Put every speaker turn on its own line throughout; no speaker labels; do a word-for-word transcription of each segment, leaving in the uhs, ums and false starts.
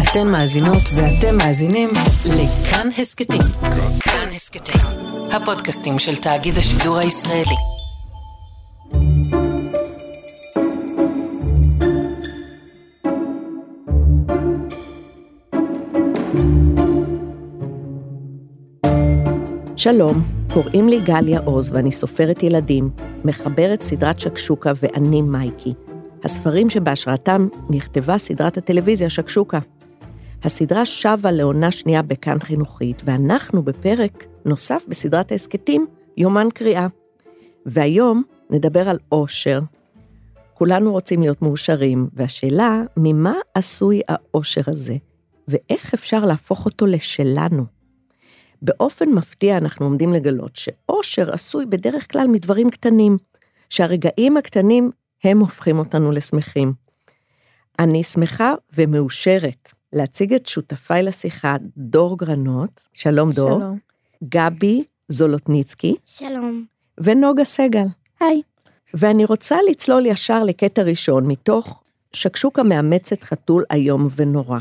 אתן מאזינות ואתם מאזינים לכאן הסקטים. כאן הסקטים, הפודקאסטים של תאגיד השידור הישראלי.
שלום, קוראים לי גליה עוז ואני סופרת ילדים, מחברת סדרת שקשוקה ואני מייקי. הספרים שבהשראתם נכתבה סדרת הטלוויזיה שקשוקה. הסדרה שווה לעונה שנייה בכאן חינוכית, ואנחנו בפרק נוסף בסדרת ההסקטים, יומן קריאה. והיום נדבר על אושר. כולנו רוצים להיות מאושרים, והשאלה, ממה עשוי האושר הזה, ואיך אפשר להפוך אותו לשלנו? באופן מפתיע אנחנו עומדים לגלות שאושר עשוי בדרך כלל מדברים קטנים, שהרגעים הקטנים הם הופכים אותנו לשמחים. אני שמחה ומאושרת להציג את שותפיי לשיחה, דור גרנות, שלום דור.
שלום.
גבי זולוטניצקי.
שלום.
ונוגה סגל.
היי.
ואני רוצה לצלול ישר לקטע ראשון, מתוך שקשוקה מאמצת חתול היום ונורא.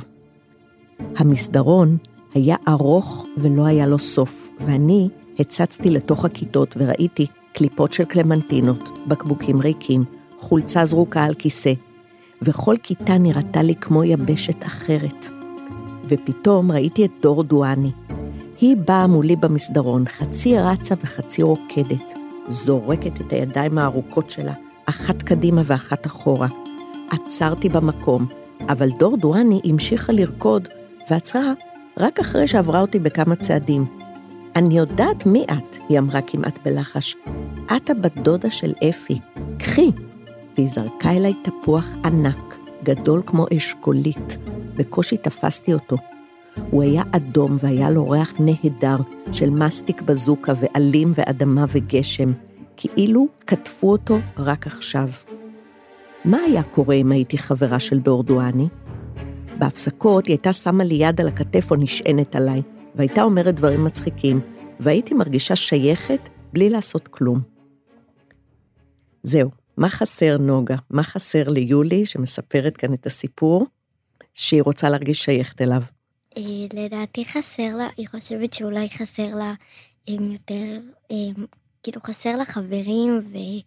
המסדרון היה ארוך ולא היה לו סוף, ואני הצצתי לתוך הכיתות וראיתי קליפות של קלמנטינות, בקבוקים ריקים, חולצה זרוקה על כיסא, וכל כיתה נראתה לי כמו יבשת אחרת. ופתאום ראיתי את דור דואני. היא באה מולי במסדרון, חצי רצה וחצי רוקדת, זורקת את הידיים הארוכות שלה, אחת קדימה ואחת אחורה. עצרתי במקום, אבל דור דואני המשיכה לרקוד, ועצרה רק אחרי שעברה אותי בכמה צעדים. אני יודעת מי את, היא אמרה כמעט בלחש. את הבת דודה של אפי, קחי. והיא זרקה אליי תפוח ענק, גדול כמו אשכולית. בקושי תפסתי אותו. הוא היה אדום והיה לו ריח נהדר של מסטיק בזוקה ועלים ואדמה וגשם, כאילו כתפו אותו רק עכשיו. מה היה קורה אם הייתי חברה של דור דואני? בהפסקות היא הייתה שמה לי יד על הכתף או נשענת עליי, והייתה אומרת דברים מצחיקים, והייתי מרגישה שייכת בלי לעשות כלום. זהו, מה חסר נוגה? מה חסר ליולי שמספרת כאן את הסיפור, שהיא רוצה להרגיש שייכת אליו?
לדעתי חסר לה, היא חושבת שאולי חסר לה יותר, כאילו חסר לה חברים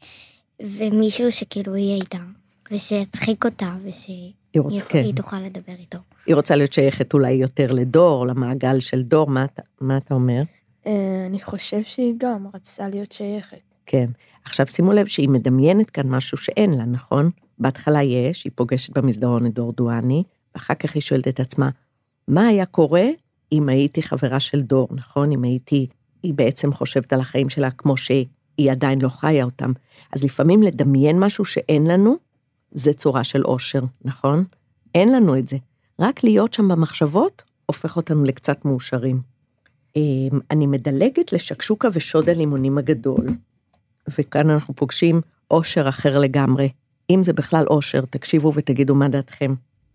ומישהו שכאילו יהיה איתה, ושיצחיק אותה, ושהיא תוכל לדבר איתו.
היא רוצה להיות שייכת אולי יותר לדור, למעגל של דור, מה אתה אומר?
אני חושב שהיא גם רצתה להיות שייכת.
כן. עכשיו שימו לב שהיא מדמיינת כאן משהו שאין לה, נכון? בהתחלה יש, היא פוגשת במסדרון את דור דואני, ואחר כך היא שואלת את עצמה, מה היה קורה אם הייתי חברה של דור, נכון? אם הייתי, היא בעצם חושבת על החיים שלה כמו שהיא עדיין לא חיה אותם. אז לפעמים לדמיין משהו שאין לנו, זה צורה של אושר, נכון? אין לנו את זה. רק להיות שם במחשבות, הופך אותנו לקצת מאושרים. אני מדלגת לשקשוקה ושוד הלימונים הגדול, וכאן אנחנו פוגשים אושר אחר לגמרי. אם זה בכלל אושר, תקשיבו ותגידו מה דעתכם.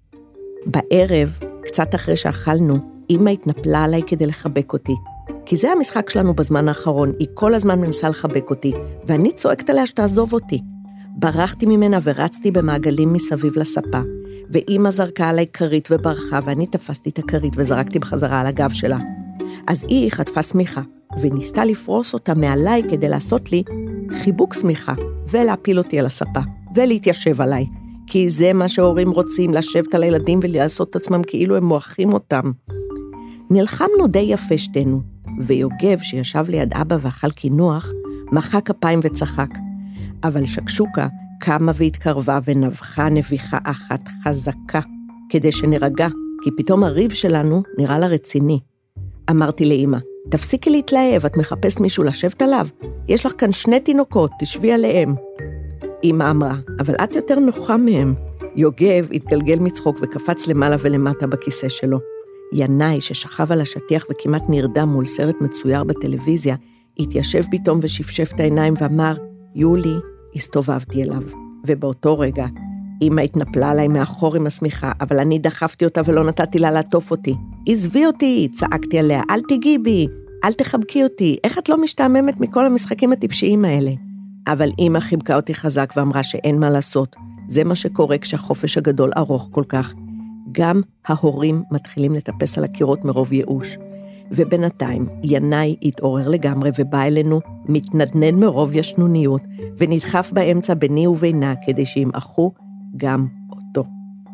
בערב, קצת אחרי שאכלנו, אמא התנפלה עליי כדי לחבק אותי, כי זה המשחק שלנו בזמן האחרון, היא כל הזמן מנסה לחבק אותי, ואני צועקת עליה שתעזוב אותי. ברחתי ממנה ורצתי במעגלים מסביב לספה, ואמא זרקה עליי קרית וברחה, ואני תפסתי את הקרית וזרקתי בחזרה על הגב שלה. אז היא חטפה סמיכה, וניסתה לפרוס אותה מעליי כדי לעשות לי חיבוק סמיכה, ולהפיל אותי על הספה, ולהתיישב עליי, כי זה מה שההורים רוצים, לשבת על הילדים ולעשות את עצמם כאילו הם מועכים אותם. נלחמנו די יפה שתינו, ויוגב שישב ליד אבא ואכל קינוח, מחא כפיים וצחק. אבל שקשוקה קמה והתקרבה ונבחה נביחה אחת חזקה, כדי שנרגע, כי פתאום הריב שלנו נראה לה רציני. אמרתי לאמא, תפסיקי להתלהב, את מחפשת מישהו לשבת עליו? יש לך כאן שני תינוקות, תשבי עליהם. אמא אמרה, אבל את יותר נוחה מהם. יוגב התגלגל מצחוק וקפץ למעלה ולמטה בכיסא שלו. ינאי ששכב על השטיח וכמעט נרדם מול סרט מצויר בטלוויזיה, התיישב פתאום ושפשף את העיניים ואמר, יולי, הסתובבתי אליו. ובאותו רגע, אמא התנפלה עליי מאחור עם הסמיכה, אבל אני דחפתי אותה ולא נתתי לה לעטוף אותי. עזבי אותי, צעקתי עליה, אל תיגעי בי, אל תחבקי אותי, איך את לא משתעממת מכל המשחקים הטיפשיים האלה? אבל אמא חיבקה אותי חזק ואמרה שאין מה לעשות, זה מה שקורה כשהחופש הגדול ארוך כל כך. גם ההורים מתחילים לטפס על הקירות מרוב ייאוש. ובינתיים, ינאי התעורר לגמרי ובא אלינו, מתנדנד מרוב ישנוניות, ונדחף באמצע ביני ובינה כדי שימעכו גם אותו.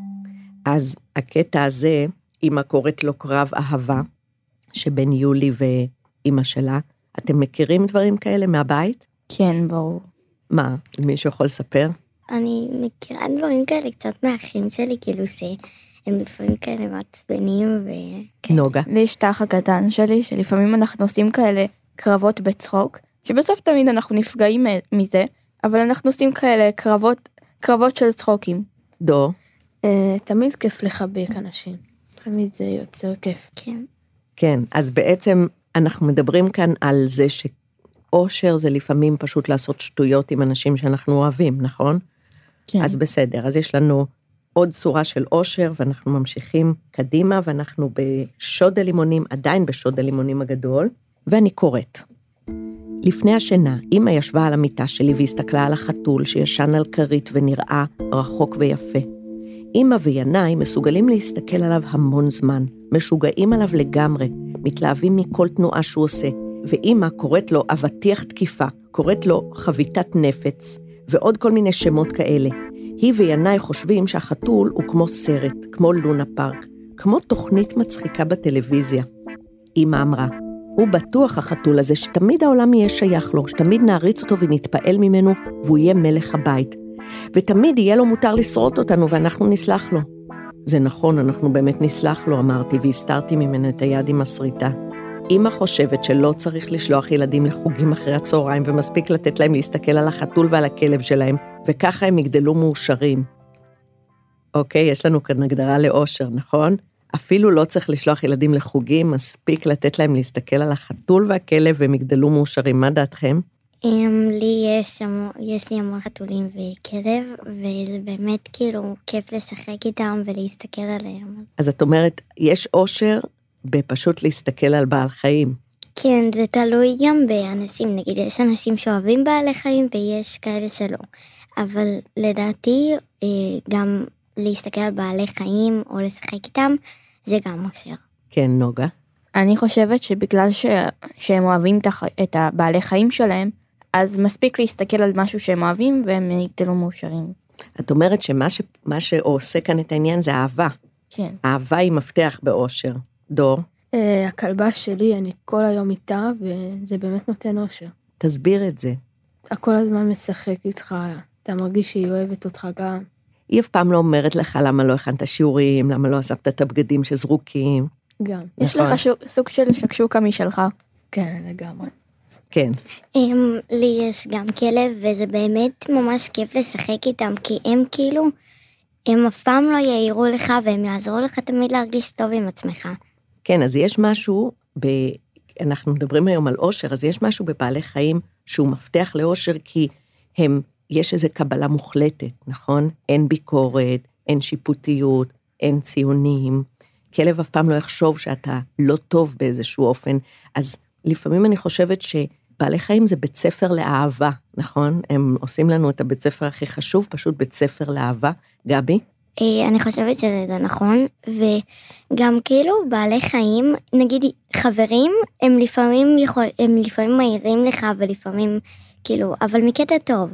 אז הקטע הזה, אמא קוראת לו קרב אהבה, שבין יולי ואמא שלה, אתם מכירים דברים כאלה מהבית?
כן, ברור.
מה, מישהו יכול לספר?
אני מכירה דברים כאלה קצת מהאחים שלי, כאילו שהם לפעמים כאלה מעצבנים ו...
נוגה.
לי יש את האח הקטן שלי, שלפעמים אנחנו עושים כאלה קרבות בצחוק, שבסוף תמיד אנחנו נפגעים מזה, אבל אנחנו עושים כאלה קרבות, קרבות של צחוקים.
דור?
תמיד כיף לחבק אנשים. תמיד זה יוצר כיף.
כן.
כן, אז בעצם אנחנו מדברים כאן על זה שאושר זה לפעמים פשוט לעשות שטויות עם אנשים שאנחנו אוהבים, נכון?
כן.
אז בסדר, אז יש לנו עוד צורה של אושר, ואנחנו ממשיכים קדימה, ואנחנו בשוד הלימונים, עדיין בשוד הלימונים הגדול, ואני קוראת. לפני השינה, אמא ישבה על המיטה שלי והסתכלה על החתול שישן על כרית ונראה רחוק ויפה. אמא וינאי מסוגלים להסתכל עליו המון זמן, משוגעים עליו לגמרי, מתלהבים מכל תנועה שהוא עושה, ואמא קוראת לו אבטיח תקיפה, קוראת לו חביתת נפץ, ועוד כל מיני שמות כאלה. היא וינאי חושבים שהחתול הוא כמו סרט, כמו לונה פארק, כמו תוכנית מצחיקה בטלוויזיה. אמא אמרה, הוא בטוח החתול הזה שתמיד העולם יהיה שייך לו, שתמיד נעריץ אותו ונתפעל ממנו, והוא יהיה מלך הבית. ותמיד יהיה לו מותר לשרוט אותנו, ואנחנו נסלח לו. זה נכון, אנחנו באמת נסלח לו, אמרתי, והסתרתי ממנו את היד עם הסריטה. אמא חושבת שלא צריך לשלוח ילדים לחוגים אחרי הצהריים, ומספיק לתת להם להסתכל על החתול ועל הכלב שלהם, וככה הם יגדלו מאושרים. אוקיי, יש לנו כאן הגדרה לאושר, נכון? אפילו לא צריך לשלוח ילדים לחוגים, מספיק לתת להם להסתכל על החתול והכלב, והם יגדלו מאושרים. מה דעתכם?
לי יש, יש לי המון חתולים וכלב, וזה באמת כאילו כיף לשחק איתם ולהסתכל עליהם.
אז את אומרת, יש אושר בפשוט להסתכל על בעל חיים.
כן, זה תלוי גם באנשים, נגיד יש אנשים שאוהבים בעלי חיים ויש כאלה שלא, אבל לדעתי גם להסתכל על בעלי חיים או לשחק איתם, זה גם אושר.
כן, נוגה.
אני חושבת שבגלל ש... שהם אוהבים את הבעלי חיים שלהם, אז מספיק להסתכל על משהו שהם אוהבים, והם יגדלו מאושרים.
את אומרת שמה ש... מה שעושה כאן את העניין זה אהבה.
כן.
אהבה היא מפתח באושר. דור?
הכלבה שלי, אני כל היום איתה, וזה באמת נותן אושר.
תסביר את זה.
הכל הזמן משחק איתך, אתה מרגיש שהיא אוהבת אותך גם.
היא אף פעם לא אומרת לך למה לא הכנת שיעורים, למה לא אספת את הבגדים שזרוקים.
גם.
יש לך סוג של שקשוקה משלך.
כן, לגמרי.
כן.
הם, לי יש גם כלב, וזה באמת ממש כיף לשחק איתם, כי הם כאילו, הם אף פעם לא יעירו לך, והם יעזרו לך תמיד להרגיש טוב עם עצמך.
כן, אז יש משהו, ב... אנחנו מדברים היום על אושר, אז יש משהו בבעלי חיים שהוא מפתח לאושר, כי הם, יש איזו קבלה מוחלטת, נכון? אין ביקורת, אין שיפוטיות, אין ציונים. כלב אף פעם לא יחשוב שאתה לא טוב באיזשהו אופן, אז לפעמים אני חושבת שבעלי חיים זה בית ספר לאהבה, נכון? הם עושים לנו את הבית ספר הכי חשוב, פשוט בית ספר לאהבה. גבי?
אני חושבת שזה נכון, וגם כאילו בעלי חיים, נגיד חברים, הם לפעמים יכול, הם לפעמים מהירים לך, ולפעמים כאילו, אבל מקטע טוב.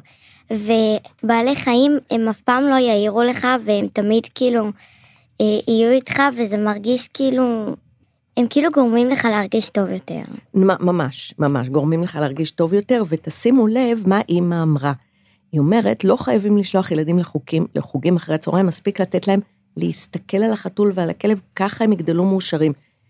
ובעלי חיים הם אף פעם לא יעירו לך, והם תמיד כאילו יהיו איתך, וזה מרגיש כאילו, הם כאילו גורמים לך להרגיש טוב יותר.
ממש, ממש, גורמים לך להרגיש טוב יותר, ותשימו לב מה אמא אמרה. היא אומרת, לא חייבים לשלוח ילדים לחוגים, לחוגים אחרי הצהריים, מספיק לתת להם להסתכל על החתול ועל הכלב, ככה הם יגדלו מאושרים.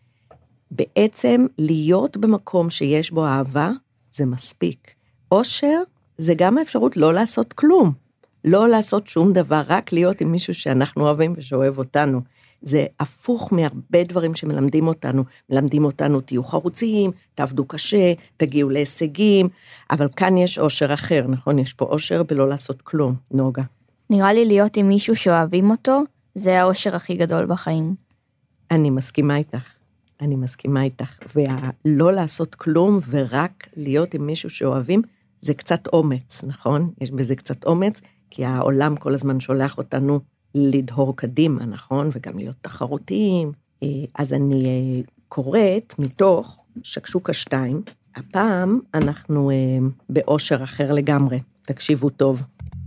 בעצם להיות במקום שיש בו אהבה, זה מספיק. אושר זה גם האפשרות לא לעשות כלום, לא לעשות שום דבר, רק להיות עם מישהו שאנחנו אוהבים ושאוהב אותנו. זה הפוך מהרבה דברים שמלמדים אותנו, מלמדים אותנו, תהיו חרוצים, תעבדו קשה, תגיעו להישגים, אבל כאן יש אושר אחר, נכון? יש פה אושר בלא לעשות כלום, נוגה.
נראה לי להיות עם מישהו שאוהבים אותו, זה האושר הכי גדול בחיים.
אני מסכימה איתך, אני מסכימה איתך, ולא לעשות כלום ורק להיות עם מישהו שאוהבים, זה קצת אומץ, נכון? יש בזה קצת אומץ, כי העולם כל הזמן שולח אותנו לדהור קדימה, נכון? וגם להיות תחרותיים. אז אני קוראת מתוך שקשוקה שתיים, הפעם אנחנו באושר אחר לגמרי, תקשיבו טוב.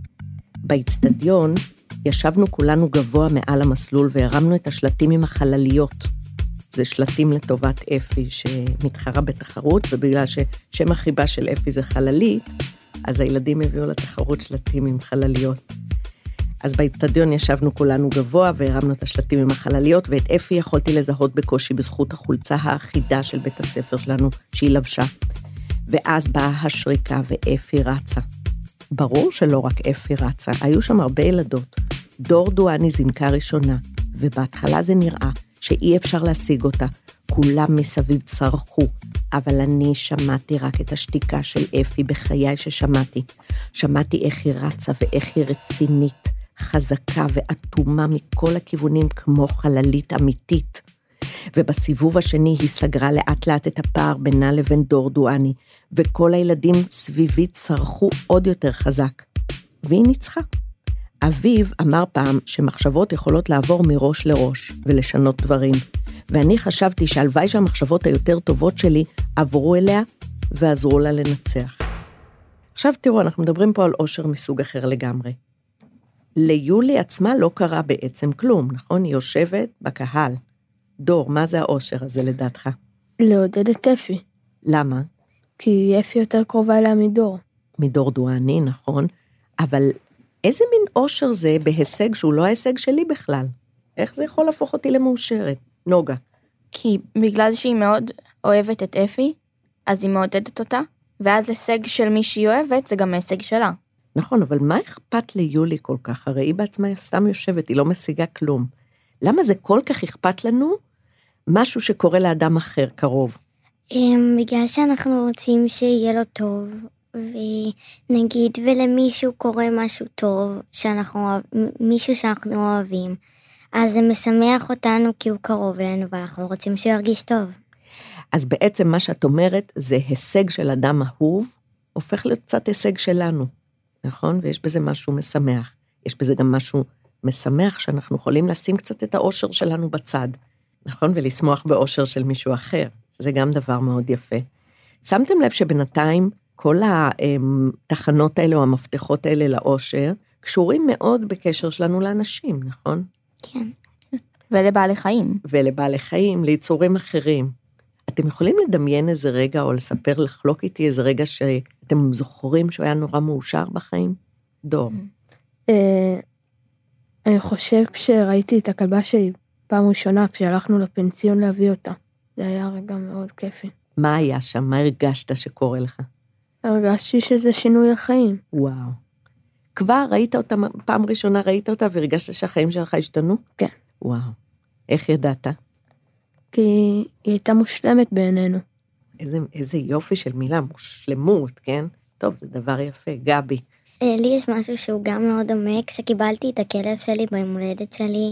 באצטדיון ישבנו כולנו גבוה מעל המסלול והרמנו את השלטים עם החלליות. זה שלטים לטובת אפי שמתחרה בתחרות, ובגלל ששם החיבה של אפי זה חללית, אז הילדים הביאו לתחרות שלטים עם חלליות. אז באצטדיון ישבנו כולנו גבוה והרמנו את השלטים עם החלליות, ואת אפי יכולתי לזהות בקושי בזכות החולצה האחידה של בית הספר שלנו שהיא לבשה. ואז באה השריקה ואפי רצה. ברור שלא רק אפי רצה, היו שם הרבה ילדות. דור דואני זינקה ראשונה, ובהתחלה זה נראה שאי אפשר להשיג אותה. כולם מסביב צרחו, אבל אני שמעתי רק את השתיקה של אפי בחיי ששמעתי. שמעתי איך היא רצה ואיך היא רצינית, חזקה ואטומה מכל הכיוונים כמו חללית אמיתית. ובסיבוב השני היא סגרה לאט לאט את הפער בינה לבין דור דואני, וכל הילדים סביבי צרחו עוד יותר חזק. והיא ניצחה. אביב אמר פעם שמחשבות יכולות לעבור מראש לראש ולשנות דברים, ואני חשבתי שהלוואי שהמחשבות היותר טובות שלי עברו אליה ועזרו לה לנצח. עכשיו תראו, אנחנו מדברים פה על אושר מסוג אחר לגמרי. ליולי עצמה לא קרה בעצם כלום, נכון? היא יושבת בקהל. דור, מה זה האושר הזה לדעתך?
לעודד את אפי.
למה?
כי אפי יותר קרובה אליה מדור.
מדור דואני, נכון. אבל איזה מין אושר זה בהישג שהוא לא ההישג שלי בכלל? איך זה יכול להפוך אותי למאושרת? נוגה.
כי בגלל שהיא מאוד אוהבת את אפי, אז היא מעודדת אותה, ואז הישג של מי שהיא אוהבת זה גם ההישג שלה.
נכון, אבל מה אכפת ליולי כל כך? הרי היא בעצמה סתם יושבת, היא לא משיגה כלום. למה זה כל כך אכפת לנו משהו שקורה לאדם אחר קרוב?
בגלל שאנחנו רוצים שיהיה לו טוב, ונגיד ולמישהו קורה משהו טוב, שאנחנו, מישהו שאנחנו אוהבים, אז זה משמח אותנו כי הוא קרוב אלינו, ואנחנו רוצים שהוא ירגיש טוב.
אז בעצם מה שאת אומרת, זה הישג של אדם אהוב, הופך להיות קצת הישג שלנו, נכון? ויש בזה משהו משמח. יש בזה גם משהו משמח, שאנחנו יכולים לשים קצת את האושר שלנו בצד, נכון? ולשמוח באושר של מישהו אחר. זה גם דבר מאוד יפה. שמתם לב שבינתיים, כל התחנות האלה או המפתחות האלה לאושר, קשורים מאוד בקשר שלנו לאנשים, נכון?
כן.
ולבעלי חיים.
ולבעלי חיים, ליצורים אחרים. אתם יכולים לדמיין איזה רגע, או לספר, לחלוק איתי איזה רגע שאתם זוכרים שהוא היה נורא מאושר בחיים? דור.
אני חושב כשראיתי את הכלבה שלי פעם ראשונה, כשהלכנו לפנסיון להביא אותה. זה היה רגע מאוד כיפי.
מה היה שם? מה הרגשת שקורה לך?
הרגשתי שזה שינוי החיים.
וואו. כבר ראית אותה, פעם ראשונה ראית אותה, והרגשת שהחיים שלך השתנו?
כן.
וואו. איך ידעת?
כי היא הייתה מושלמת בעינינו.
איזה, איזה יופי של מילה, מושלמות, כן? טוב, זה דבר יפה. גבי.
לי יש משהו שהוא גם מאוד דומה, כשקיבלתי את הכלב שלי ביום הולדת שלי,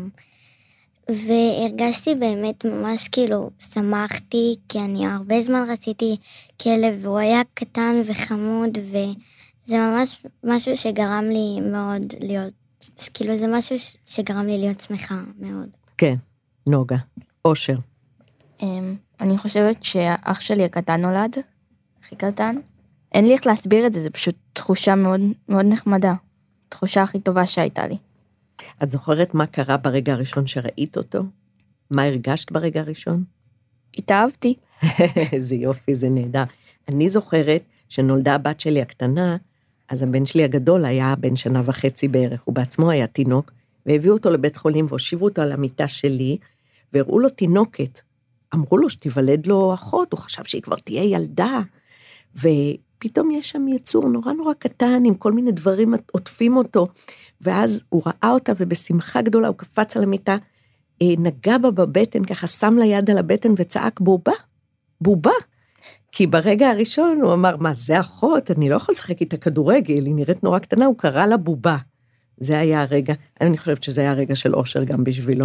והרגשתי באמת ממש כאילו, שמחתי, כי אני הרבה זמן רציתי כלב, והוא היה קטן וחמוד, וזה ממש משהו שגרם לי מאוד להיות, כאילו זה משהו שגרם לי להיות שמחה מאוד.
כן, נוגה, אושר.
אני חושבת שהאח שלי הקטן נולד, הכי קטן. אין לי איך להסביר את זה, זה פשוט תחושה מאוד, מאוד נחמדה. תחושה הכי טובה שהייתה לי.
את זוכרת מה קרה ברגע הראשון שראית אותו? מה הרגשת ברגע הראשון?
התאהבתי.
זה יופי, זה נהדר. אני זוכרת שנולדה הבת שלי הקטנה, אז הבן שלי הגדול היה בן שנה וחצי בערך, הוא בעצמו היה תינוק, והביאו אותו לבית חולים והושיבו אותו על המיטה שלי, והראו לו תינוקת. אמרו לו שתיוולד לו אחות, הוא חשב שהיא כבר תהיה ילדה, ופתאום יש שם יצור נורא נורא קטן, עם כל מיני דברים עוטפים אותו, ואז הוא ראה אותה, ובשמחה גדולה הוא קפץ על המיטה, נגע בה בבטן, ככה שם לה יד על הבטן, וצעק בובה, בובה, כי ברגע הראשון הוא אמר, מה, זה אחות? אני לא יכול לשחק איתה כדורגל, היא נראית נורא קטנה, הוא קרא לה בובה. זה היה הרגע, אני חושבת שזה היה הרגע של אושר גם בשבילו.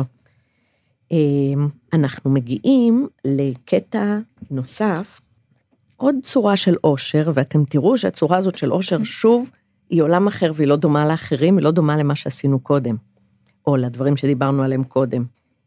אנחנו מגיעים לקטע נוסף, עוד צורה של אושר, ואתם תראו שהצורה הזאת של אושר שוב, היא עולם אחר והיא לא דומה לאחרים, היא לא דומה למה שעשינו קודם. או לדברים שדיברנו עליהם קודם.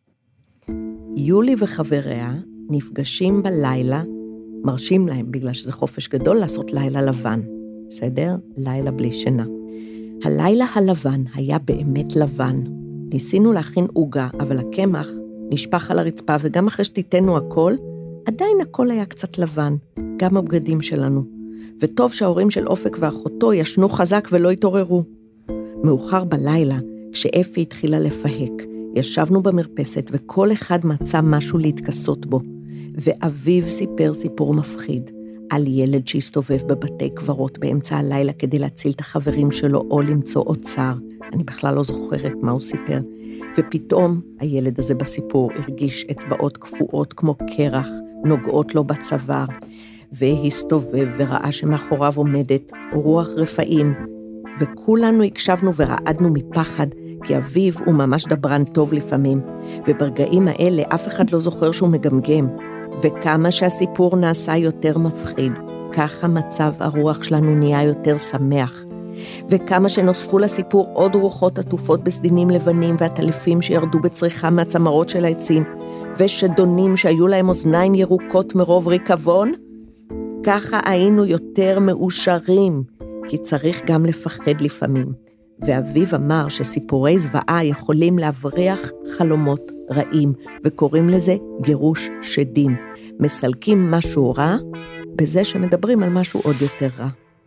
יולי וחבריה נפגשים בלילה, מרשים להם בגלל שזה חופש גדול לעשות לילה לבן, בסדר? לילה בלי שינה. הלילה הלבן היה באמת לבן. ניסינו להכין עוגה, אבל הקמח נשפך על הרצפה, וגם אחרי שתיתנו הכל, עדיין הכל היה קצת לבן, גם הבגדים שלנו. וטוב שההורים של אופק ואחותו ישנו חזק ולא התעוררו. מאוחר בלילה, כשאפי התחילה לפהק, ישבנו במרפסת וכל אחד מצא משהו להתכסות בו, ואביו סיפר סיפור מפחיד, על ילד שהסתובב בבתי קברות באמצע הלילה כדי להציל את החברים שלו או למצוא אוצר. אני בכלל לא זוכרת מה הוא סיפר. ופתאום הילד הזה בסיפור הרגיש אצבעות קפואות כמו קרח, נוגעות לו בצוואר, והסתובב וראה שמאחוריו עומדת רוח רפאים, וכולנו הקשבנו ורעדנו מפחד, כי אביו הוא ממש דברן טוב לפעמים, וברגעים האלה אף אחד לא זוכר שהוא מגמגם, וכמה שהסיפור נעשה יותר מפחיד, ככה מצב הרוח שלנו נהיה יותר שמח, וכמה שנוספו לסיפור עוד רוחות עטופות בסדינים לבנים, והטלפים שירדו בצריכה מהצמרות של העצים, ושדונים שהיו להם אוזניים ירוקות מרוב ריקבון, ככה היינו יותר מאושרים, כי צריך גם לפחד לפעמים. ואביו אמר שסיפורי זוועה יכולים להבריח חלומות רעים, וקוראים לזה גירוש שדים. מסלקים משהו רע, בזה שמדברים על משהו עוד יותר רע.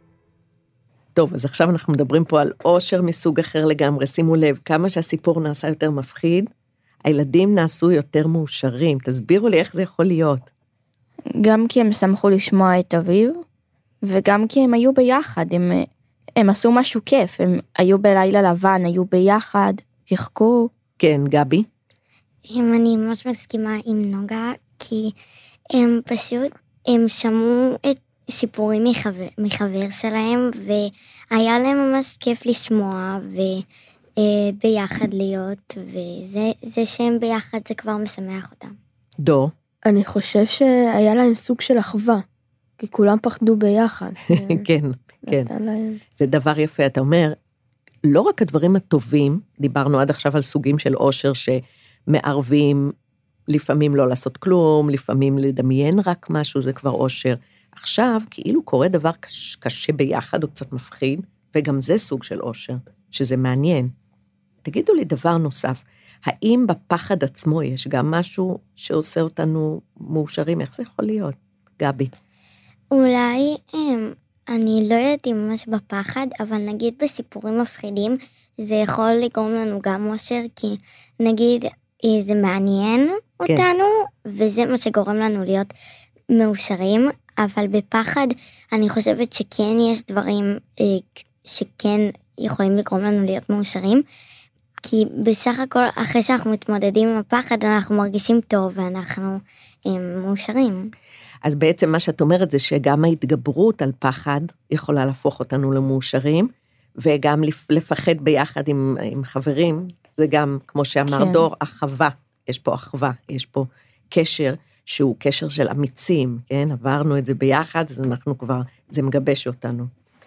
טוב, אז עכשיו אנחנו מדברים פה על אושר מסוג אחר לגמרי. שימו לב, כמה שהסיפור נעשה יותר מפחיד, הילדים נעשו יותר מאושרים. תסבירו לי איך זה יכול להיות.
גם כי הם שמחו לשמוע את אביו, וגם כי הם היו ביחד, הם, הם עשו משהו כיף, הם היו בלילה לבן, היו ביחד, שיחקו.
כן, גבי?
אני ממש מסכימה עם נוגה, כי הם פשוט, הם שמעו את סיפורים מחבר, מחבר שלהם, והיה להם ממש כיף לשמוע, וביחד להיות, וזה שהם ביחד זה כבר משמח אותם.
דו?
אני חושב שהיה להם סוג של אחווה, כי כולם פחדו ביחד.
כן, כן. זה דבר יפה, אתה אומר, לא רק הדברים הטובים, דיברנו עד עכשיו על סוגים של אושר שמערבים, לפעמים לא לעשות כלום, לפעמים לדמיין רק משהו, זה כבר אושר. עכשיו, כאילו קורה דבר קשה, קשה ביחד, או קצת מפחיד, וגם זה סוג של אושר, שזה מעניין. תגידו לי דבר נוסף, האם בפחד עצמו יש גם משהו שעושה אותנו מאושרים? איך זה יכול להיות? גבי.
אולי, אני לא יודעת אם ממש בפחד, אבל נגיד בסיפורים מפחידים, זה יכול לגרום לנו גם אושר, כי נגיד זה מעניין
כן.
אותנו, וזה מה שגורם לנו להיות מאושרים, אבל בפחד אני חושבת שכן יש דברים שכן יכולים לגרום לנו להיות מאושרים, כי בסך הכל אחרי שאנחנו מתמודדים עם הפחד, אנחנו מרגישים טוב ואנחנו מאושרים.
אז בעצם מה שאת אומרת זה שגם ההתגברות על פחד יכולה להפוך אותנו למאושרים, וגם לפחד ביחד עם, עם חברים, זה גם, כמו שאמר כן. דור, אחווה, יש פה אחווה, יש פה קשר, שהוא קשר של אמיצים, כן? עברנו את זה ביחד, אז אנחנו כבר, זה מגבש אותנו.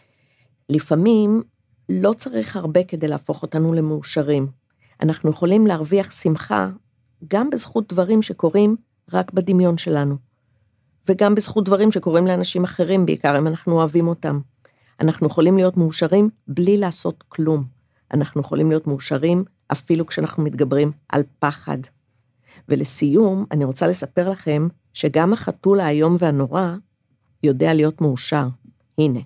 לפעמים לא צריך הרבה כדי להפוך אותנו למאושרים. אנחנו יכולים להרוויח שמחה, גם בזכות דברים שקורים רק בדמיון שלנו, וגם בזכות דברים שקורים לאנשים אחרים, בעיקר אם אנחנו אוהבים אותם. אנחנו יכולים להיות מאושרים בלי לעשות כלום. אנחנו יכולים להיות מאושרים אפילו כשאנחנו מתגברים על פחד. ולסיום, אני רוצה לספר לכם שגם החתול היום והנורא יודע להיות מאושר. הנה.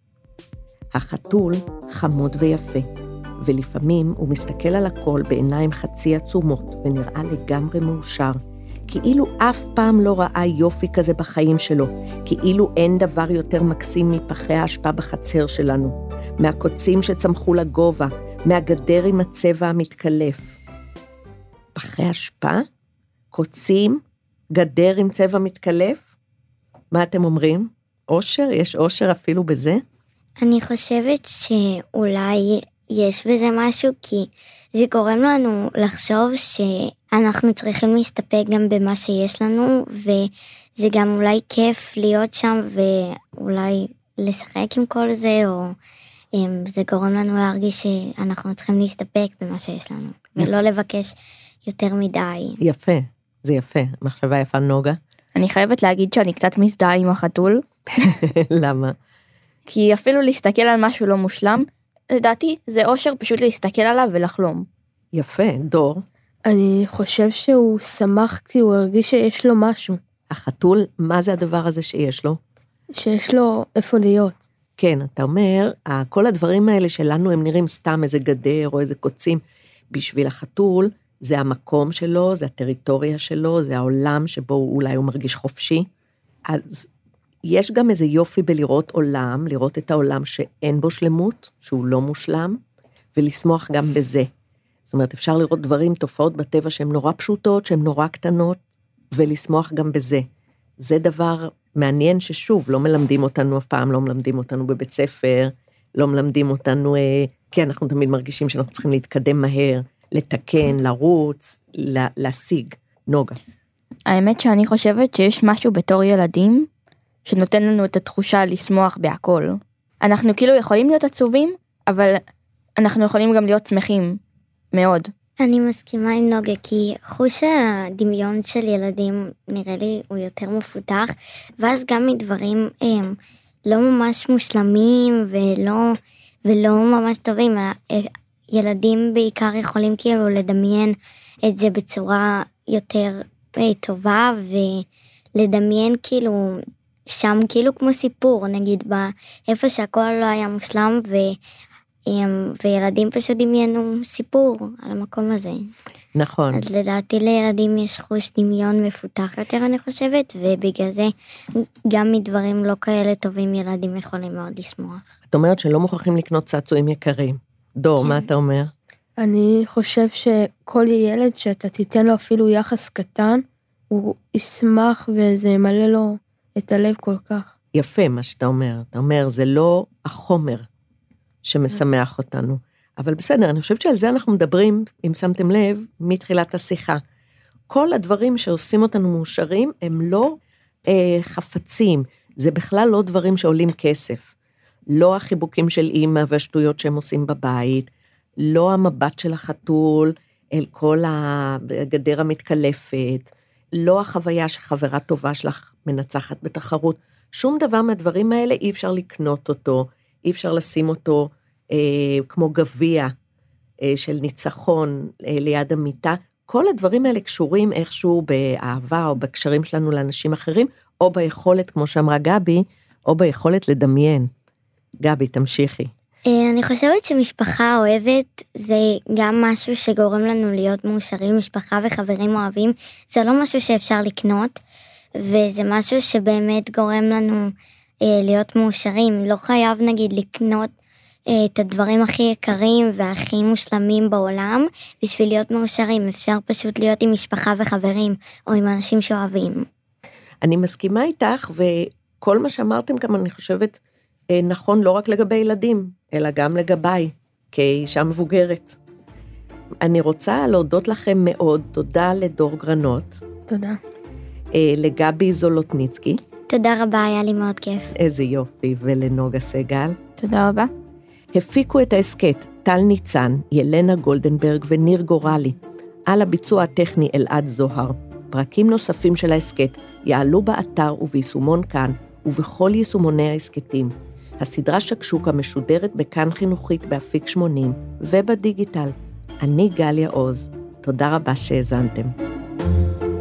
החתול חמוד ויפה, ולפעמים הוא מסתכל על הכל בעיניים חצי עצומות, ונראה לגמרי מאושר, כאילו אף פעם לא ראה יופי כזה בחיים שלו, כאילו אין דבר יותר מקסים מפחי האשפה בחצר שלנו, מהקוצים שצמחו לגובה, מהגדר עם הצבע המתקלף. פחי אשפה? קוצים? גדר עם צבע מתקלף? מה אתם אומרים? אושר? יש אושר אפילו בזה?
אני חושבת שאולי יש בזה משהו, כי זה גורם לנו לחשוב שאנחנו צריכים להסתפק גם במה שיש לנו, וזה גם אולי כיף להיות שם, ואולי לשחק עם כל זה, או זה גורם לנו להרגיש שאנחנו צריכים להסתפק במה שיש לנו. ולא לבקש יותר מדי.
יפה, זה יפה. מחשבה יפה, נוגה.
אני חייבת להגיד שאני קצת מזדהה עם החתול,
למה?
כי אפילו להסתכל על משהו לא מושלם, לדעתי זה אושר פשוט להסתכל עליו ולחלום.
יפה, דור.
אני חושב שהוא שמח כי הוא הרגיש שיש לו משהו,
החתול, מה זה הדבר הזה שיש לו?
שיש לו איפה להיות.
כן, אתה אומר, כל הדברים האלה שלנו הם נראים סתם איזה גדר או איזה קוצים, בשביל החתול, זה המקום שלו, זה הטריטוריה שלו, זה העולם שבו אולי הוא מרגיש חופשי. אז יש גם איזה יופי בלראות עולם, לראות את העולם שאין בו שלמות, שהוא לא מושלם, ולשמוח גם בזה. זאת אומרת, אפשר לראות דברים, תופעות בטבע שהן נורא פשוטות, שהן נורא קטנות, ולשמוח גם בזה. זה דבר מעניין ששוב, לא מלמדים אותנו אף פעם, לא מלמדים אותנו בבית ספר, לא מלמדים אותנו, כי אנחנו תמיד מרגישים שאנחנו צריכים להתקדם מהר, לתקן, לרוץ, להשיג. נוגה.
האמת שאני חושבת שיש משהו בתור ילדים, שנותן לנו את התחושה לשמוח בהכל. אנחנו כאילו יכולים להיות עצובים, אבל אנחנו יכולים גם להיות שמחים, מאוד.
אני מסכימה עם נוגה, כי חוש הדמיון של ילדים, נראה לי, הוא יותר מפותח, ואז גם מדברים הם, לא ממש מושלמים, ולא, ולא ממש טובים, ילדים בעיקר יכולים כאילו לדמיין את זה בצורה יותר טובה, ולדמיין כאילו שם כאילו כמו סיפור, נגיד באיפה שהכל לא היה מושלם, ו... וילדים פשוט דמיינו סיפור על המקום הזה.
נכון.
אז לדעתי לילדים יש חוש דמיון מפותח יותר, אני חושבת, ובגלל זה גם מדברים לא כאלה טובים ילדים יכולים מאוד לשמוח.
את אומרת שלא מוכרחים לקנות צעצועים יקרים. דור,
כן.
מה אתה אומר?
אני חושב שכל ילד שאתה תיתן לו אפילו יחס קטן, הוא ישמח וזה ימלא לו את הלב כל כך.
יפה מה שאתה אומר. אתה אומר, זה לא החומר שמשמח אותנו. אבל בסדר, אני חושבת שעל זה אנחנו מדברים, אם שמתם לב, מתחילת השיחה. כל הדברים שעושים אותנו מאושרים, הם לא אה, חפצים. זה בכלל לא דברים שעולים כסף. לא החיבוקים של אמא והשטויות שהם עושים בבית, לא המבט של החתול, אל כל הגדר המתקלפת, לא החוויה שחברה טובה שלך מנצחת בתחרות. שום דבר מהדברים האלה אי אפשר לקנות אותו, אי אפשר לשים אותו אה, כמו גביע אה, של ניצחון אה, ליד המיטה. כל הדברים האלה קשורים איכשהו באהבה או בקשרים שלנו לאנשים אחרים, או ביכולת, כמו שאמרה גבי, או ביכולת לדמיין. גבי, תמשיכי.
אני חושבת שמשפחה אוהבת זה גם משהו שגורם לנו להיות מאושרים, משפחה וחברים אוהבים, זה לא משהו שאפשר לקנות, וזה משהו שבאמת גורם לנו אה, להיות מאושרים. לא חייב נגיד לקנות אה, את הדברים הכי יקרים והכי מושלמים בעולם, בשביל להיות מאושרים. אפשר פשוט להיות עם משפחה וחברים, או עם אנשים שאוהבים.
אני מסכימה איתך, וכל מה שאמרתם גם אני חושבת אה, נכון לא רק לגבי ילדים, אלא גם לגביי, כאישה מבוגרת. אני רוצה להודות לכם מאוד, תודה לדור גרנות.
תודה.
לגבי זולוטניצקי.
תודה רבה, היה לי מאוד כיף.
איזה יופי, ולנוגה סגל.
תודה רבה.
הפיקו את העסקת טל ניצן, ילנה גולדנברג וניר גורלי. על הביצוע הטכני אלעד זוהר. פרקים נוספים של העסקת יעלו באתר וביישומון כאן, ובכל יישומוני העסקתים. הסדרה שקשוקה משודרת בכאן חינוכית באפיק שמונים ובדיגיטל. אני גליה עוז. תודה רבה שהאזנתם.